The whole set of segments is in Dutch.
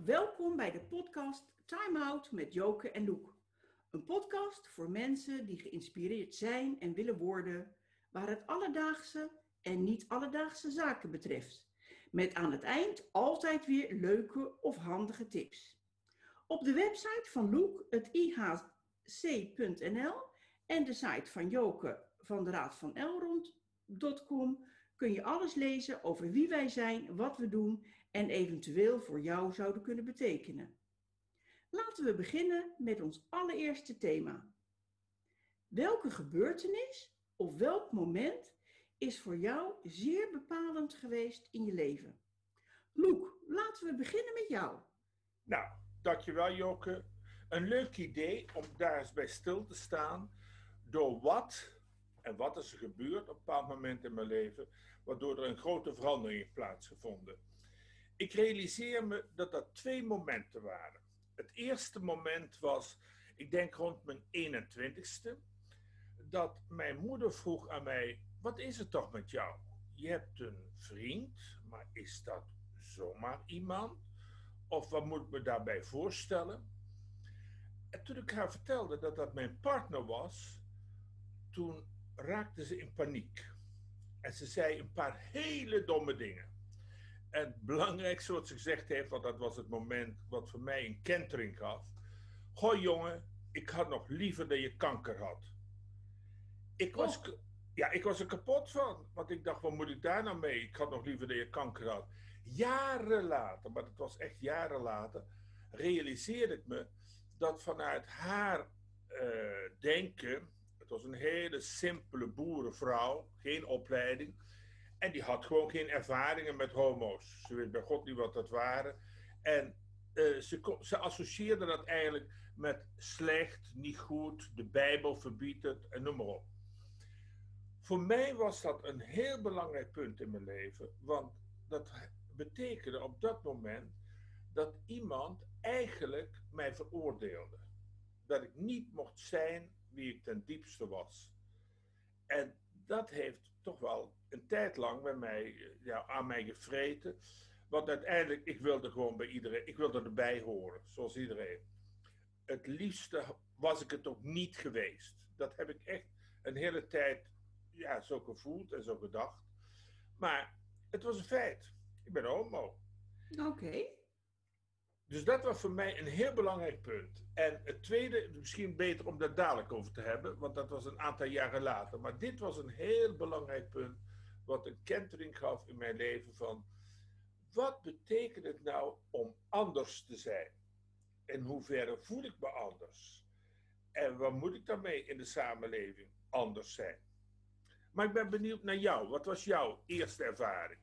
Welkom bij de podcast Time Out met Joke en Loek. Een podcast voor mensen die geïnspireerd zijn en willen worden, waar het alledaagse en niet alledaagse zaken betreft. Met aan het eind altijd weer leuke of handige tips. Op de website van Loek, het ihc.nl en de site van Joke van de Raad van Elrond.com kun je alles lezen over wie wij zijn, wat we doen en eventueel voor jou zouden kunnen betekenen. Laten we beginnen met ons allereerste thema. Welke gebeurtenis of welk moment is voor jou zeer bepalend geweest in je leven? Loek, laten we beginnen met jou. Nou, dankjewel Joke. Een leuk idee om daar eens bij stil te staan door wat is er gebeurd op een bepaald moment in mijn leven, waardoor er een grote verandering plaatsgevonden. Ik realiseer me dat dat 2 momenten waren. Het eerste moment was, ik denk rond mijn 21ste, dat mijn moeder vroeg aan mij, wat is het toch met jou? Je hebt een vriend, maar is dat zomaar iemand? Of wat moet ik me daarbij voorstellen? En toen ik haar vertelde dat dat mijn partner was, toen raakte ze in paniek. En ze zei een paar hele domme dingen. En het belangrijkste wat ze gezegd heeft, want dat was het moment wat voor mij een kentering gaf. Goh jongen, ik had nog liever dat je kanker had. Ik was er kapot van. Want ik dacht, wat moet ik daar nou mee? Ik had nog liever dat je kanker had. Jaren later, maar dat was echt jaren later, realiseerde ik me dat vanuit haar denken, het was een hele simpele boerenvrouw, geen opleiding, en die had gewoon geen ervaringen met homo's. Ze wist bij God niet wat dat waren. En ze associeerde dat eigenlijk met slecht, niet goed, de Bijbel verbiedt het en noem maar op. Voor mij was dat een heel belangrijk punt in mijn leven, want dat betekende op dat moment dat iemand eigenlijk mij veroordeelde. Dat ik niet mocht zijn wie ik ten diepste was. En dat heeft toch wel een tijd lang bij mij, aan mij gevreten. Want uiteindelijk, ik wilde gewoon bij iedereen, ik wilde erbij horen, zoals iedereen. Het liefste was ik het ook niet geweest. Dat heb ik echt een hele tijd zo gevoeld en zo gedacht. Maar het was een feit. Ik ben homo. Oké. Dus dat was voor mij een heel belangrijk punt. En het tweede, misschien beter om daar dadelijk over te hebben, want dat was een aantal jaren later. Maar dit was een heel belangrijk punt, wat een kentering gaf in mijn leven van, wat betekent het nou om anders te zijn? In hoeverre voel ik me anders? En wat moet ik daarmee in de samenleving anders zijn? Maar ik ben benieuwd naar jou. Wat was jouw eerste ervaring?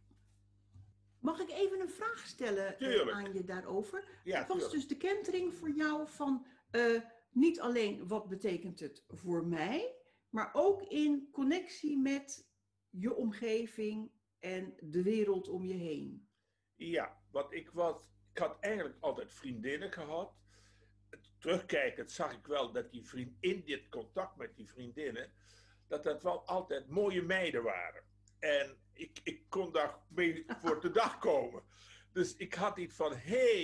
Mag ik even een vraag stellen aan je daarover? Ja, het was dus de kentering voor jou van niet alleen wat betekent het voor mij, maar ook in connectie met je omgeving en de wereld om je heen. Ja, want ik had eigenlijk altijd vriendinnen gehad. Terugkijkend zag ik wel dat in dit contact met die vriendinnen, dat wel altijd mooie meiden waren. En ik kon daar mee voor de dag komen. Dus ik had iets van,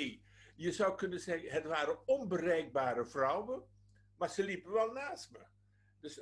je zou kunnen zeggen, het waren onbereikbare vrouwen, maar ze liepen wel naast me. Dus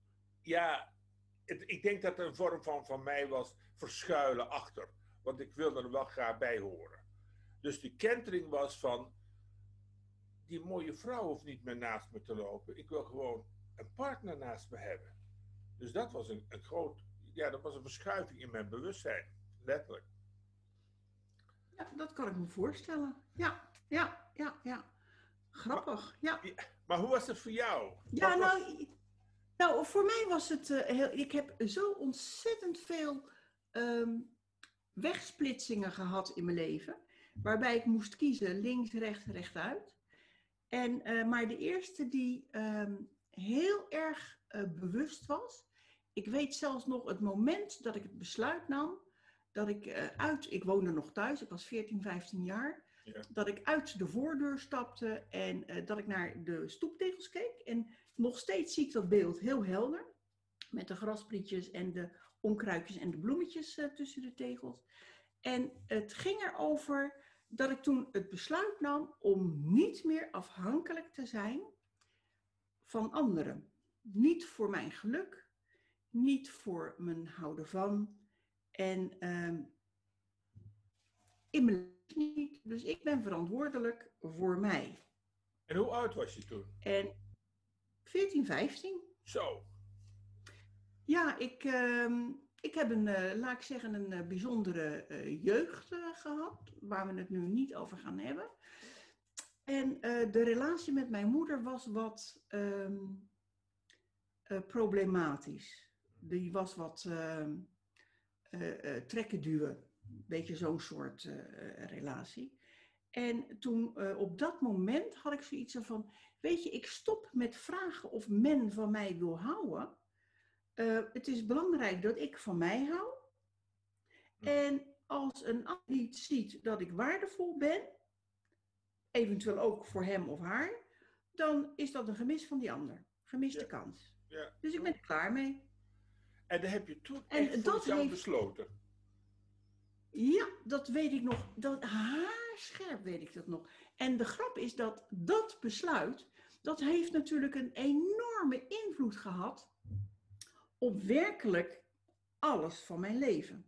ik denk dat er een vorm van mij was verschuilen achter. Want ik wilde er wel graag bij horen. Dus die kentering was van, die mooie vrouw hoeft niet meer naast me te lopen. Ik wil gewoon een partner naast me hebben. Dus dat was een dat was een verschuiving in mijn bewustzijn. Letterlijk. Ja, dat kan ik me voorstellen. Ja. Grappig, Maar hoe was het voor jou? Nou, voor mij was het ik heb zo ontzettend veel wegsplitsingen gehad in mijn leven. Waarbij ik moest kiezen links, rechts, rechtuit. Maar de eerste die heel erg bewust was. Ik weet zelfs nog het moment dat ik het besluit nam. Dat ik woonde nog thuis, ik was 14, 15 jaar. Ja. Dat ik uit de voordeur stapte en dat ik naar de stoeptegels keek. En nog steeds zie ik dat beeld heel helder. Met de grasprietjes en de onkruidjes en de bloemetjes tussen de tegels. En het ging erover dat ik toen het besluit nam om niet meer afhankelijk te zijn van anderen. Niet voor mijn geluk, niet voor mijn houden van en in mijn leven niet. Dus ik ben verantwoordelijk voor mij. En hoe oud was je toen? En 14, 15. Zo. Ja, ik heb laat ik zeggen, een bijzondere jeugd gehad, waar we het nu niet over gaan hebben. En de relatie met mijn moeder was wat problematisch. Die was wat trekken duwen. Een beetje zo'n soort relatie. En toen op dat moment had ik zoiets van, weet je, ik stop met vragen of men van mij wil houden. Het is belangrijk dat ik van mij hou. En als een ander niet ziet dat ik waardevol ben, eventueel ook voor hem of haar, dan is dat een gemis van die ander. Gemiste kans. Ja. Dus ik ben er klaar mee. En dan heb je toen echt voor jezelf besloten? Ja, dat weet ik nog. Haarscherp weet ik dat nog. En de grap is dat dat besluit, dat heeft natuurlijk een enorme invloed gehad op werkelijk alles van mijn leven.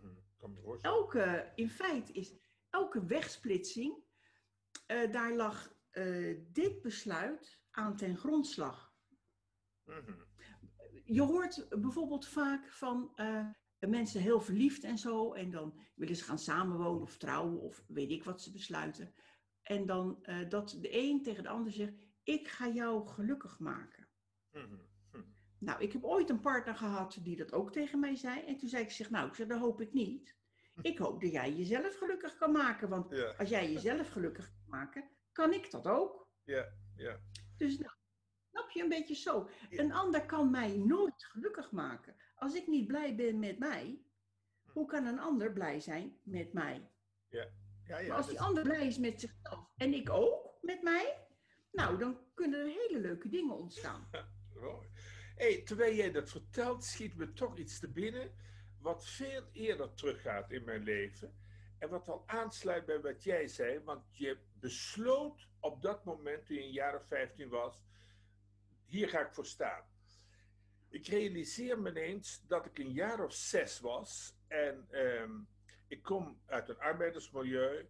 In feite is elke wegsplitsing, daar lag dit besluit aan ten grondslag. Je hoort bijvoorbeeld vaak van mensen heel verliefd en zo, en dan willen ze gaan samenwonen of trouwen of weet ik wat ze besluiten. En dan dat de een tegen de ander zegt, ik ga jou gelukkig maken. Nou, ik heb ooit een partner gehad die dat ook tegen mij zei. En toen zei ik, dat hoop ik niet. Ik hoop dat jij jezelf gelukkig kan maken. Want als jij jezelf gelukkig kan maken, kan ik dat ook. Ja. Dus nou, snap je, een beetje zo. Een ander kan mij nooit gelukkig maken. Als ik niet blij ben met mij, hoe kan een ander blij zijn met mij? Ja. Maar als die ander blij is met zichzelf en ik ook met mij, nou, dan kunnen er hele leuke dingen ontstaan. Hey, terwijl jij dat vertelt, schiet me toch iets te binnen wat veel eerder teruggaat in mijn leven. En wat wel aansluit bij wat jij zei, want je besloot op dat moment, toen je een jaar of 15 was, hier ga ik voor staan. Ik realiseer me ineens dat ik een jaar of 6 was en ik kom uit een arbeidersmilieu,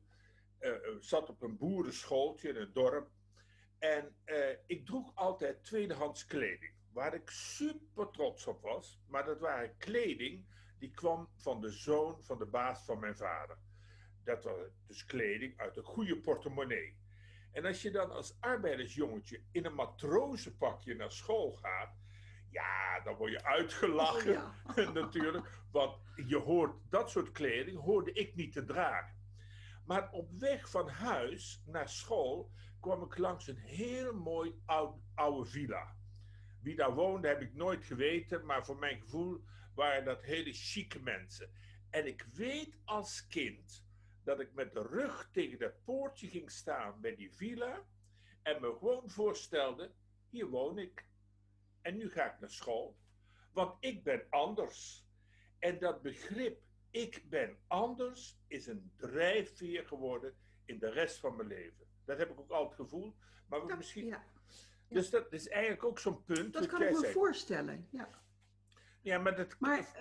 zat op een boerenschooltje in het dorp en ik droeg altijd tweedehands kleding. Waar ik super trots op was, maar dat waren kleding die kwam van de zoon van de baas van mijn vader. Dat was dus kleding uit een goede portemonnee. En als je dan als arbeidersjongetje in een matrozenpakje naar school gaat, ja, dan word je uitgelachen natuurlijk. Want je hoort, dat soort kleding hoorde ik niet te dragen. Maar op weg van huis naar school kwam ik langs een heel mooi oude villa. Wie daar woonde heb ik nooit geweten, maar voor mijn gevoel waren dat hele chique mensen. En ik weet als kind dat ik met de rug tegen dat poortje ging staan bij die villa en me gewoon voorstelde, hier woon ik. En nu ga ik naar school, want ik ben anders. En dat begrip, ik ben anders, is een drijfveer geworden in de rest van mijn leven. Dat heb ik ook altijd gevoeld, maar misschien... Ja. Dus dat is eigenlijk ook zo'n punt. Dat kan ik me voorstellen, ja. Ja, maar dat...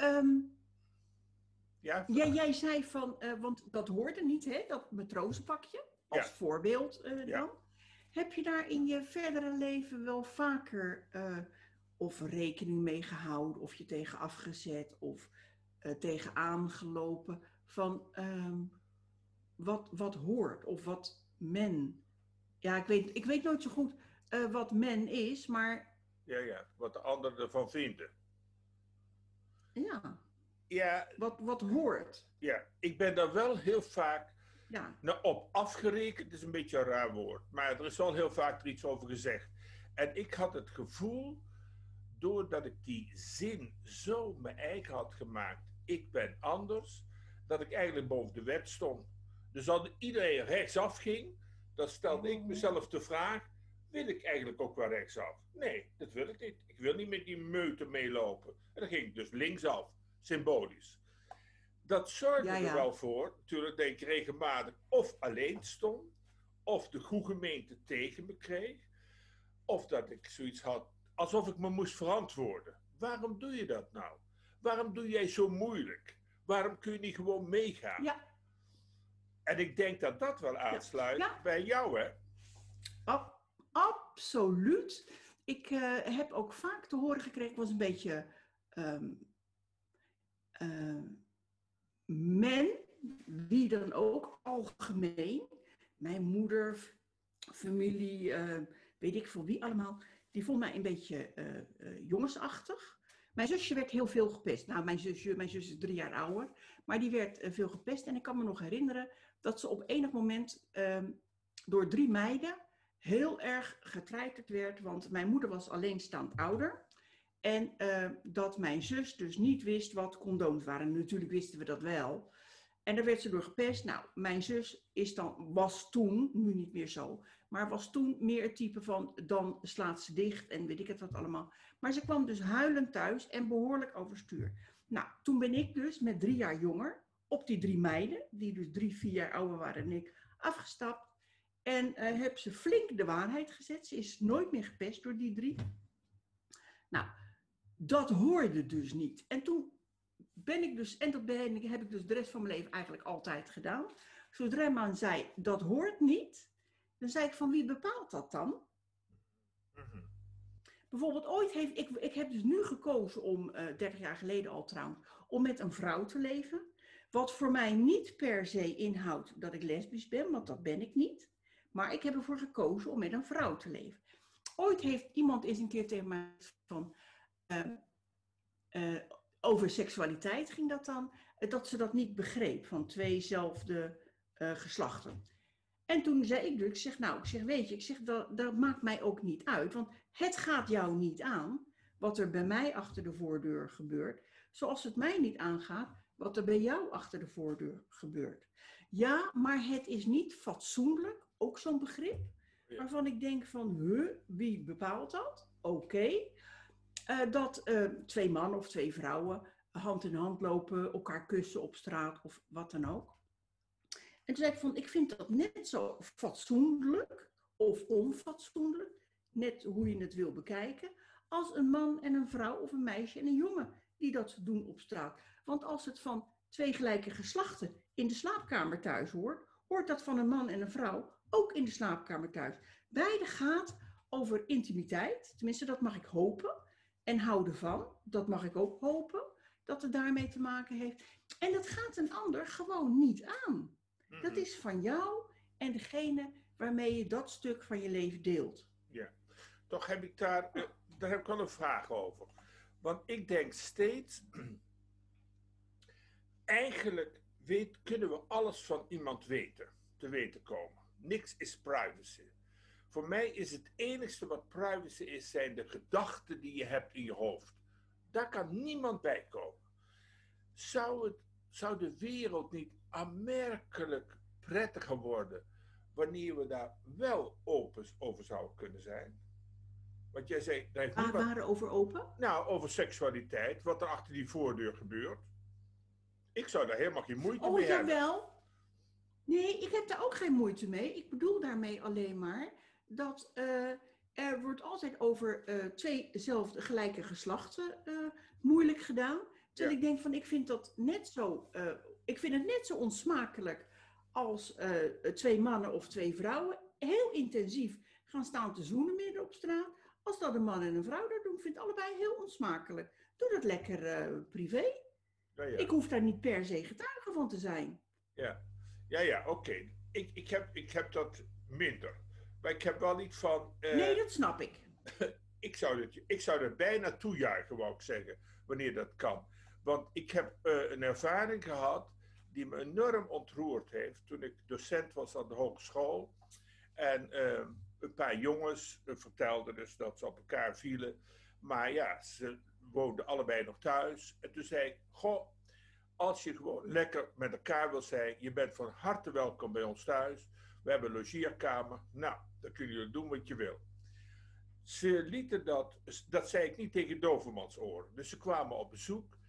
Jij zei van, want dat hoorde niet, hè, dat matrozenpakje, als voorbeeld dan. Heb je daar in je verdere leven wel vaker of rekening mee gehouden, of je tegen afgezet, of tegen aangelopen van wat hoort, of wat men... Ja, ik weet nooit zo goed wat men is, maar... Ja, wat de anderen ervan vinden. Ja, wat hoort. Ja, ik ben daar wel heel vaak op afgerekend. Het is een beetje een raar woord, maar er is wel heel vaak er iets over gezegd. En ik had het gevoel, doordat ik die zin zo mijn eigen had gemaakt, ik ben anders, dat ik eigenlijk boven de wet stond. Dus als iedereen rechtsaf ging, dan stelde ik mezelf de vraag, wil ik eigenlijk ook wel rechtsaf? Nee, dat wil ik niet. Ik wil niet met die meute meelopen. En dan ging ik dus linksaf, symbolisch. Dat zorgde Ja, er ja. wel voor, natuurlijk, dat ik regelmatig of alleen stond, of de goede gemeente tegen me kreeg, of dat ik zoiets had alsof ik me moest verantwoorden. Waarom doe je dat nou? Waarom doe jij zo moeilijk? Waarom kun je niet gewoon meegaan? Ja, En ik denk dat dat wel ja, aansluit ja, bij jou, hè? absoluut. Ik heb ook vaak te horen gekregen, ik was een beetje ehm, eh, men, wie dan ook, algemeen. Mijn moeder, familie, weet ik veel wie allemaal, die vond mij een beetje jongensachtig. Mijn zusje werd heel veel gepest. Nou, mijn zus is 3 jaar ouder, maar die werd veel gepest. En ik kan me nog herinneren dat ze op enig moment door 3 meiden heel erg getreiterd werd. Want mijn moeder was alleenstaand ouder. En dat mijn zus dus niet wist wat condooms waren. Natuurlijk wisten we dat wel. En daar werd ze door gepest. Nou, mijn zus was toen, nu niet meer zo, maar was toen meer het type van dan slaat ze dicht en weet ik het wat allemaal. Maar ze kwam dus huilend thuis en behoorlijk overstuur. Nou, toen ben ik dus met 3 jaar jonger op die 3 meiden, die dus 3, 4 jaar ouder waren dan ik, afgestapt. En heb ze flink de waarheid gezet. Ze is nooit meer gepest door die 3. Nou, dat hoorde dus niet. En toen ben ik dus, en dat heb ik dus de rest van mijn leven eigenlijk altijd gedaan. Zodra man zei, dat hoort niet, dan zei ik van wie bepaalt dat dan? Mhm. Bijvoorbeeld ooit ik heb dus nu gekozen om, 30 jaar geleden al trouwens, om met een vrouw te leven. Wat voor mij niet per se inhoudt dat ik lesbisch ben, want dat ben ik niet. Maar ik heb ervoor gekozen om met een vrouw te leven. Ooit heeft iemand eens een keer tegen mij van, over seksualiteit ging dat dan, dat ze dat niet begreep van 2zelfde geslachten. En toen zei ik dus, weet je, dat maakt mij ook niet uit, want het gaat jou niet aan wat er bij mij achter de voordeur gebeurt, zoals het mij niet aangaat wat er bij jou achter de voordeur gebeurt. Ja, maar het is niet fatsoenlijk, ook zo'n begrip, waarvan ik denk van, wie bepaalt dat? Oké. Dat 2 mannen of 2 vrouwen hand in hand lopen, elkaar kussen op straat of wat dan ook. En toen zei ik van, ik vind dat net zo fatsoenlijk of onfatsoenlijk, net hoe je het wil bekijken, als een man en een vrouw of een meisje en een jongen die dat doen op straat. Want als het van 2 gelijke geslachten in de slaapkamer thuis hoort, hoort dat van een man en een vrouw ook in de slaapkamer thuis. Beide gaat over intimiteit, tenminste dat mag ik hopen, en houden van, dat mag ik ook hopen, dat het daarmee te maken heeft. En dat gaat een ander gewoon niet aan. Dat is van jou en degene waarmee je dat stuk van je leven deelt. Ja, toch heb ik daar heb ik wel een vraag over. Want ik denk steeds, eigenlijk kunnen we alles van iemand te weten komen. Niks is privacy. Voor mij is het enigste wat privacy is, zijn de gedachten die je hebt in je hoofd. Daar kan niemand bij komen. Zou de wereld niet aanmerkelijk prettiger worden wanneer we daar wel open over zouden kunnen zijn? Want jij zei, Waar waren over open? Nou, over seksualiteit, wat er achter die voordeur gebeurt. Ik zou daar helemaal geen moeite mee hebben. Oh, jawel. Nee, ik heb daar ook geen moeite mee. Ik bedoel daarmee alleen maar dat er wordt altijd over 2zelfde gelijke geslachten moeilijk gedaan. Terwijl ik denk van, ik vind het net zo onsmakelijk als 2 mannen of 2 vrouwen heel intensief gaan staan te zoenen midden op straat. Als dat een man en een vrouw dat doen, vind ik allebei heel onsmakelijk. Doe dat lekker privé. Ja, ja. Ik hoef daar niet per se getuige van te zijn. Ja, oké. Ik heb dat minder. Maar ik heb wel iets van... Nee, dat snap ik. Ik zou er bijna toejuichen, wou ik zeggen, wanneer dat kan. Want ik heb een ervaring gehad die me enorm ontroerd heeft toen ik docent was aan de hogeschool. En een paar jongens vertelden dus dat ze op elkaar vielen. Maar ja, ze woonden allebei nog thuis. En toen zei ik, goh, als je gewoon lekker met elkaar wil zijn, je bent van harte welkom bij ons thuis. We hebben een logeerkamer. Nou, dan kun je doen wat je wil. Ze lieten dat zei ik niet tegen dovermans oren. Dus ze kwamen op bezoek.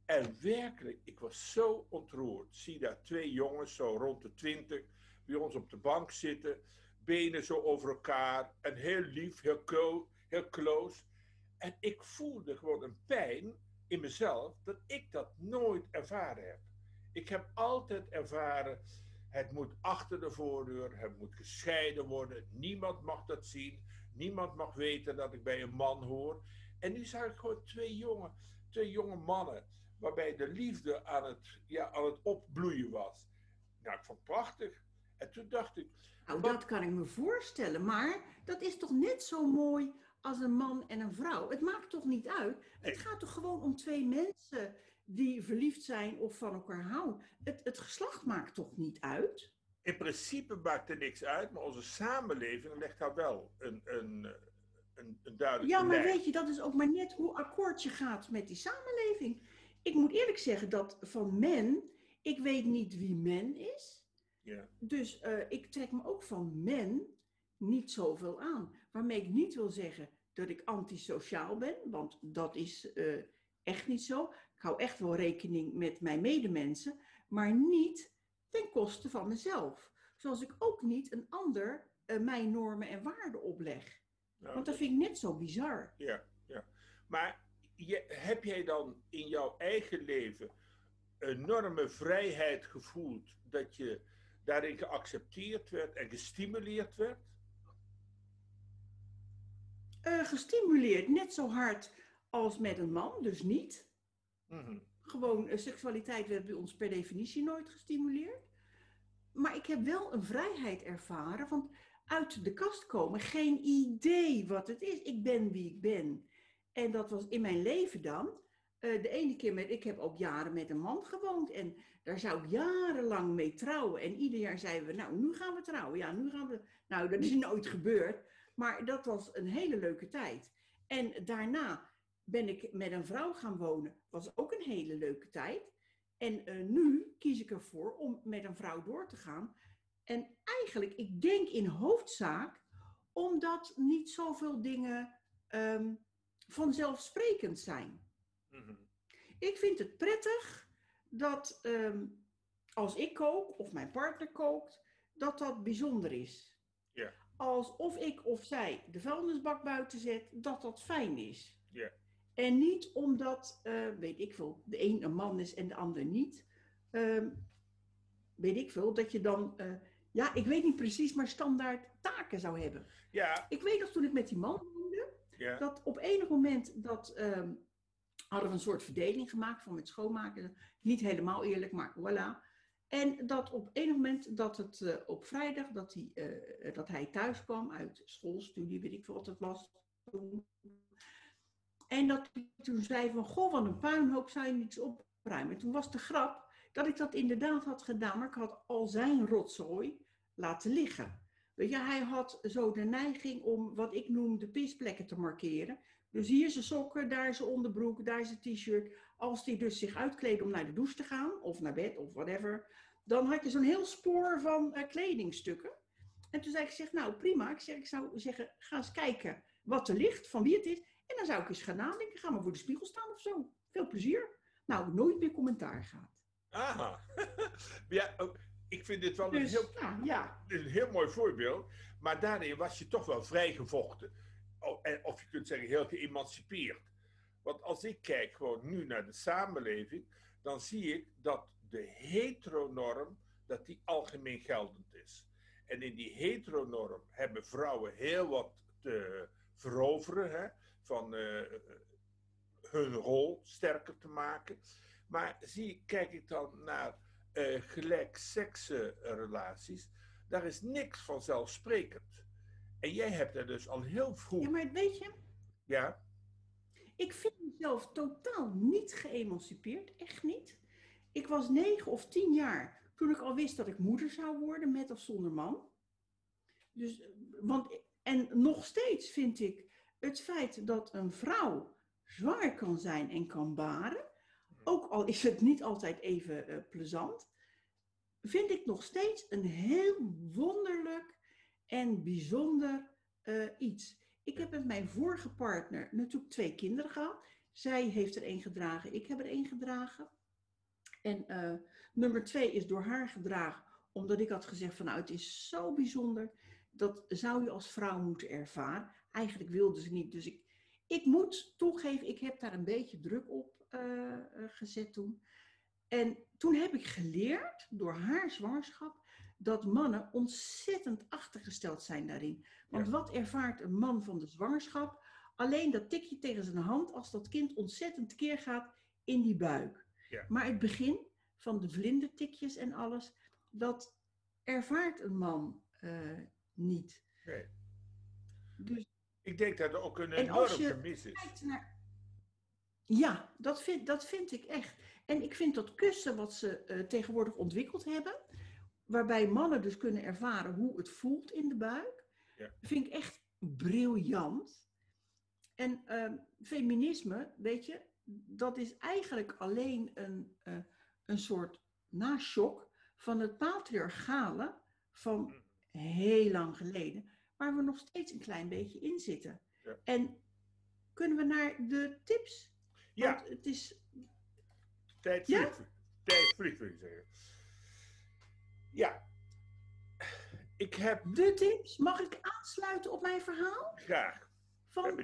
En werkelijk, ik was zo ontroerd. Zie daar 2 jongens, zo rond de 20, bij ons op de bank zitten. Benen zo over elkaar. En heel lief, heel close. En ik voelde gewoon een pijn in mezelf dat ik dat nooit ervaren heb. Ik heb altijd ervaren, het moet achter de voordeur, het moet gescheiden worden. Niemand mag dat zien. Niemand mag weten dat ik bij een man hoor. En nu zag ik gewoon 2 jonge mannen, waarbij de liefde aan het opbloeien was. Nou, ik vond het prachtig. En toen dacht ik, Nou, wat, dat kan ik me voorstellen, maar dat is toch net zo mooi als een man en een vrouw. Het maakt toch niet uit? Het nee, gaat toch gewoon om 2 mensen die verliefd zijn of van elkaar houden. Het geslacht maakt toch niet uit? in principe maakt er niks uit, maar onze samenleving legt daar wel een duidelijke Ja, maar lijn. weet je, dat is ook maar net hoe akkoord je gaat met die samenleving. Ik moet eerlijk zeggen dat van men, ik weet niet wie men is. Ja. Dus ik trek me ook van men niet zoveel aan. Waarmee ik niet wil zeggen dat ik antisociaal ben, want dat is echt niet zo. Ik hou echt wel rekening met mijn medemensen, maar niet ten koste van mezelf. Zoals ik ook niet een ander mijn normen en waarden opleg. Nou, Want dat vind ik net zo bizar. ja. Maar heb jij dan in jouw eigen leven enorme vrijheid gevoeld dat je daarin geaccepteerd werd en gestimuleerd werd? Gestimuleerd net zo hard als met een man, dus niet. Mhm. Gewoon, seksualiteit werd bij ons per definitie nooit gestimuleerd. Maar ik heb wel een vrijheid ervaren, want uit de kast komen, geen idee wat het is. Ik ben wie ik ben. En dat was in mijn leven dan. De ene keer ik heb ook jaren met een man gewoond en daar zou ik jarenlang mee trouwen. En ieder jaar zeiden we, nou, nu gaan we trouwen. Ja, nu gaan we. Nou, dat is nooit gebeurd. Maar dat was een hele leuke tijd. En daarna ben ik met een vrouw gaan wonen. Was ook een hele leuke tijd. En nu kies ik ervoor om met een vrouw door te gaan. En eigenlijk, ik denk in hoofdzaak, omdat niet zoveel dingen vanzelfsprekend zijn. Mhm. Ik vind het prettig dat als ik kook of mijn partner kookt, dat dat bijzonder is. Ja, Alsof ik of zij de vuilnisbak buiten zet, dat dat fijn is. ja. En niet omdat, weet ik veel, de een een man is en de ander niet. Weet ik veel, dat je dan, ja, ik weet niet precies, maar standaard taken zou hebben. Ja, Ik weet nog toen ik met die man woonde, ja. dat op enig moment hadden we een soort verdeling gemaakt van met schoonmaken. Niet helemaal eerlijk, maar voilà. En dat op enig moment dat het op vrijdag dat hij thuis kwam uit schoolstudie, weet ik veel wat het was toen. En dat ik toen zei van, goh, wat een puinhoop, zou je niets opruimen? En toen was de grap dat ik dat inderdaad had gedaan, maar ik had al zijn rotzooi laten liggen. Weet je, hij had zo de neiging om wat ik noem de pisplekken te markeren. Dus hier zijn sokken, daar zijn onderbroek, daar zijn t-shirt. Als hij dus zich uitkleedde om naar de douche te gaan, of naar bed, of whatever, dan had je zo'n heel spoor van kledingstukken. En toen zei ik, zeg, nou prima, ik zou zeggen, ga eens kijken wat er ligt, van wie het is. En dan zou ik eens gaan nadenken, ga maar voor de spiegel staan of zo. Veel plezier. Nou, nooit meer commentaar gehad. Aha. Ja, ik vind dit wel Dus, nou, ja. een heel mooi voorbeeld. Maar daarin was je toch wel vrijgevochten. Of je kunt zeggen heel geëmancipeerd. Want als ik kijk gewoon nu naar de samenleving, dan zie ik dat de heteronorm, dat die algemeen geldend is. En in die heteronorm hebben vrouwen heel wat te veroveren, hè, van hun rol sterker te maken. Maar kijk ik dan naar gelijksekse relaties, daar is niks vanzelfsprekend. En jij hebt er dus al heel vroeg. Ja, maar weet je, Ja, ik vind mezelf totaal niet geëmancipeerd. Echt niet. Ik was 9 of 10 jaar toen ik al wist dat ik moeder zou worden, met of zonder man. Dus, en nog steeds vind ik het feit dat een vrouw zwanger kan zijn en kan baren, ook al is het niet altijd even plezant, vind ik nog steeds een heel wonderlijk en bijzonder iets. Ik heb met mijn vorige partner natuurlijk 2 kinderen gehad. Zij heeft er één gedragen, ik heb er één gedragen. En nummer 2 is door haar gedragen, omdat ik had gezegd van nou, het is zo bijzonder, dat zou je als vrouw moeten ervaren. Eigenlijk wilde ze niet, dus ik moet toegeven, ik heb daar een beetje druk op gezet toen. En toen heb ik geleerd, door haar zwangerschap, dat mannen ontzettend achtergesteld zijn daarin. Want wat ervaart een man van de zwangerschap? Alleen dat tikje tegen zijn hand als dat kind ontzettend tekeer gaat in die buik. Ja. Maar het begin van de vlindertikjes en alles, dat ervaart een man niet. Nee. Dus, Ik denk dat er ook een en als enorm je gemis is. kijkt naar... Ja, dat vind ik echt. En ik vind dat kussen wat ze tegenwoordig ontwikkeld hebben, waarbij mannen dus kunnen ervaren hoe het voelt in de buik, vind ik echt briljant. En feminisme, weet je, dat is eigenlijk alleen een soort nashock van het patriarchale van heel lang geleden, waar we nog steeds een klein beetje in zitten. Ja. En kunnen we naar de tips? Ja. Want het is... Tijd vliegt, wil ik zeggen. Ja. Ik heb... De tips, mag ik aansluiten op mijn verhaal? Graag. Van,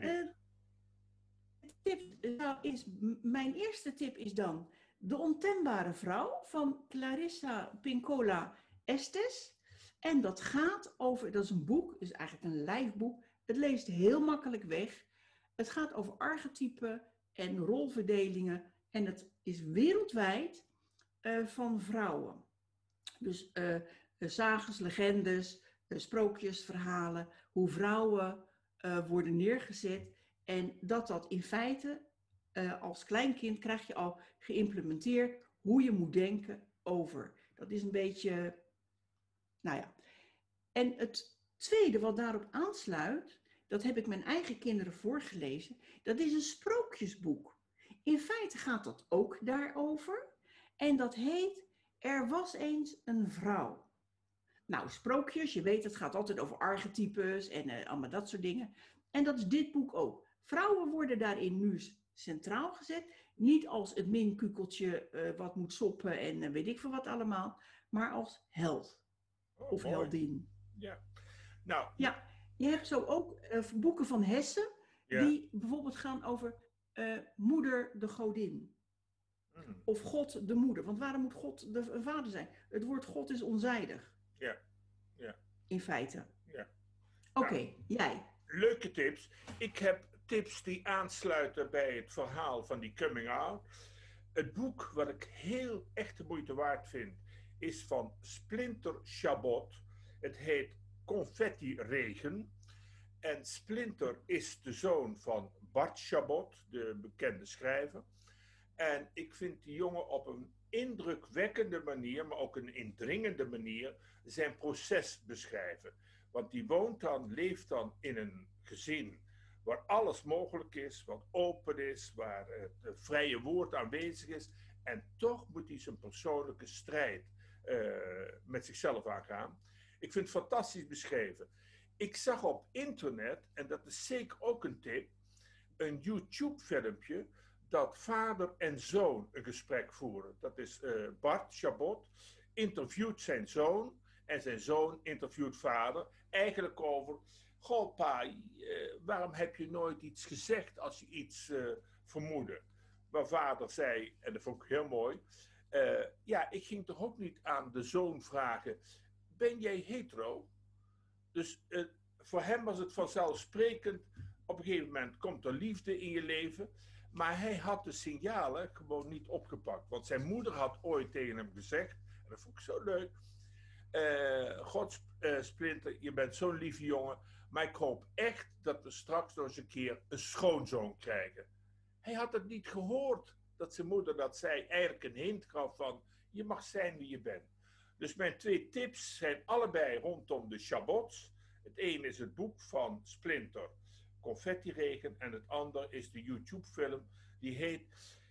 mijn eerste tip is dan De Ontembare Vrouw van Clarissa Pinkola Estes. En dat gaat over, dat is een boek, is eigenlijk een lijfboek. Het leest heel makkelijk weg. Het gaat over archetypen en rolverdelingen. En het is wereldwijd van vrouwen. Dus sages, legendes, sprookjes, verhalen, hoe vrouwen worden neergezet. En dat in feite, als kleinkind krijg je al geïmplementeerd hoe je moet denken over. Dat is een beetje, nou ja. En het tweede wat daarop aansluit, dat heb ik mijn eigen kinderen voorgelezen, dat is een sprookjesboek. In feite gaat dat ook daarover. En dat heet Er was eens een vrouw. Nou, sprookjes, je weet, het gaat altijd over archetypes en allemaal dat soort dingen. En dat is dit boek ook. Vrouwen worden daarin nu centraal gezet. Niet als het minkukeltje wat moet soppen en weet ik veel wat allemaal. Maar als held. Of mooi. Heldin. Ja. Nou. Ja, je hebt zo ook boeken van Hesse. Ja. Die bijvoorbeeld gaan over moeder de godin. Of God de moeder. Want waarom moet God de vader zijn? Het woord God is onzijdig. Ja. Ja. In feite. Ja. Oké, jij. Leuke tips. Ik heb tips die aansluiten bij het verhaal van die coming out. Het boek wat ik heel echt de moeite waard vind, is van Splinter Chabot. Het heet Confetti Regen. En Splinter is de zoon van Bart Chabot, de bekende schrijver. En ik vind die jongen op een indrukwekkende manier, maar ook een indringende manier, zijn proces beschrijven. Want die leeft dan in een gezin waar alles mogelijk is, wat open is, waar het vrije woord aanwezig is. En toch moet hij zijn persoonlijke strijd met zichzelf aangaan. Ik vind het fantastisch beschreven. Ik zag op internet, en dat is zeker ook een tip, een YouTube-filmpje dat vader en zoon een gesprek voeren. Dat is Bart Chabot interviewt zijn zoon en zijn zoon interviewt vader. Eigenlijk over, goh pa, waarom heb je nooit iets gezegd als je iets vermoedde? Waar vader zei, en dat vond ik heel mooi, ja, ik ging toch ook niet aan de zoon vragen, ben jij hetero? Dus voor hem was het vanzelfsprekend, op een gegeven moment komt er liefde in je leven. Maar hij had de signalen gewoon niet opgepakt. Want zijn moeder had ooit tegen hem gezegd, en dat vond ik zo leuk, God Splinter, je bent zo'n lieve jongen, maar ik hoop echt dat we straks nog eens een keer een schoonzoon krijgen. Hij had het niet gehoord dat zijn moeder dat zei, eigenlijk een hint gaf van, je mag zijn wie je bent. Dus mijn 2 tips zijn allebei rondom de Chabots. Het een is het boek van Splinter, Confetti Regen, en het ander is de YouTube-film die heet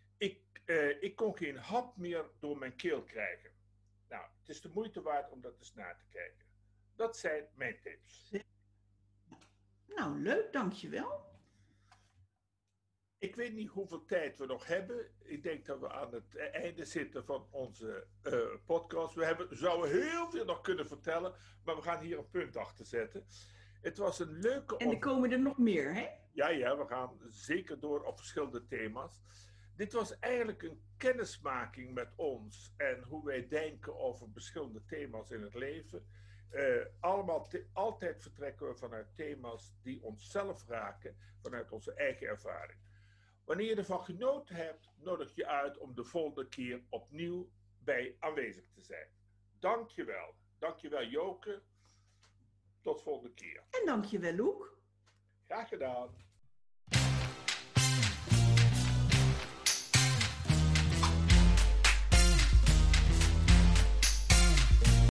Ik kon geen hap meer door mijn keel krijgen. Nou, het is de moeite waard om dat eens na te kijken. Dat zijn mijn tips. Nou, leuk, dankjewel. Ik weet niet hoeveel tijd we nog hebben. Ik denk dat we aan het einde zitten van onze podcast. We zouden heel veel nog kunnen vertellen, maar we gaan hier een punt achter zetten. Het was een leuke... En er komen er nog meer, hè? Ja, we gaan zeker door op verschillende thema's. Dit was eigenlijk een kennismaking met ons en hoe wij denken over verschillende thema's in het leven. Altijd vertrekken we vanuit thema's die onszelf raken, vanuit onze eigen ervaring. Wanneer je ervan genoten hebt, nodig je uit om de volgende keer opnieuw bij aanwezig te zijn. Dankjewel. Dankjewel Joke. Tot volgende keer. En dankjewel, Loek. Graag gedaan.